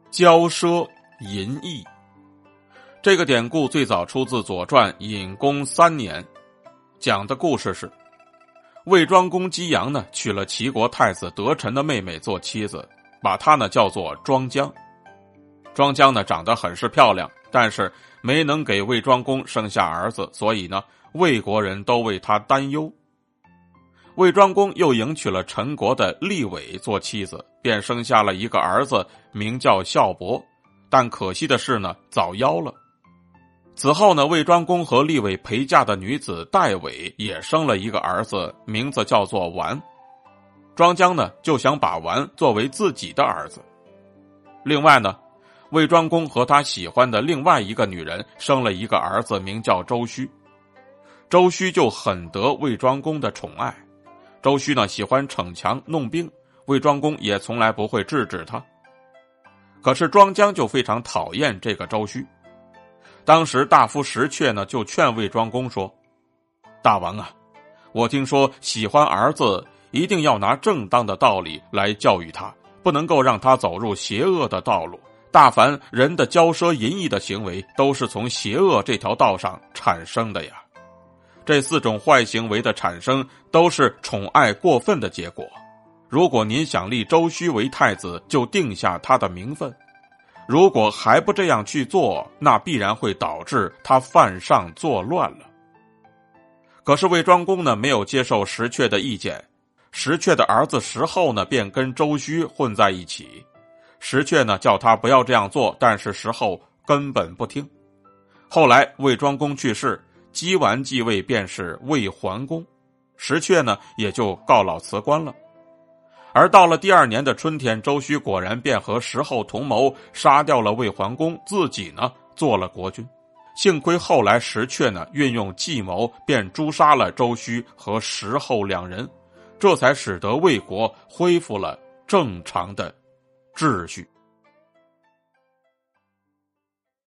骄奢淫逸。这个典故最早出自《左传》隐公3年，讲的故事是魏庄公姬阳呢娶了齐国太子德臣的妹妹做妻子，把她呢叫做庄姜。庄姜呢长得很是漂亮，但是没能给魏庄公生下儿子，所以呢魏国人都为他担忧。魏庄公又迎娶了陈国的厉伟做妻子，便生下了一个儿子，名叫孝伯，但可惜的是呢早夭了。此后呢，魏庄公和厉伟陪嫁的女子戴伟也生了一个儿子，名字叫做完。庄姜呢就想把完作为自己的儿子。另外呢，魏庄公和他喜欢的另外一个女人生了一个儿子，名叫周须。周须就很得魏庄公的宠爱。周须呢喜欢逞强弄兵，魏庄公也从来不会制止他。可是庄姜就非常讨厌这个周须。当时大夫石阙呢就劝魏庄公说：大王啊，我听说喜欢儿子一定要拿正当的道理来教育他，不能够让他走入邪恶的道路。大凡人的骄奢淫逸的行为都是从邪恶这条道上产生的呀。这4种坏行为的产生都是宠爱过分的结果。如果您想立周须为太子，就定下他的名分。如果还不这样去做，那必然会导致他犯上作乱了。可是魏庄公呢没有接受石阙的意见，石阙的儿子石后呢便跟周须混在一起。石阙呢叫他不要这样做，但是石后根本不听。后来魏庄公去世，姬完继位便是魏桓公，石阙呢也就告老辞官了。而到了第2年的春天，周须果然便和石后同谋，杀掉了魏桓公，自己呢做了国君。幸亏后来石阙呢运用计谋，便诛杀了周须和石后2人，这才使得魏国恢复了正常的秩序。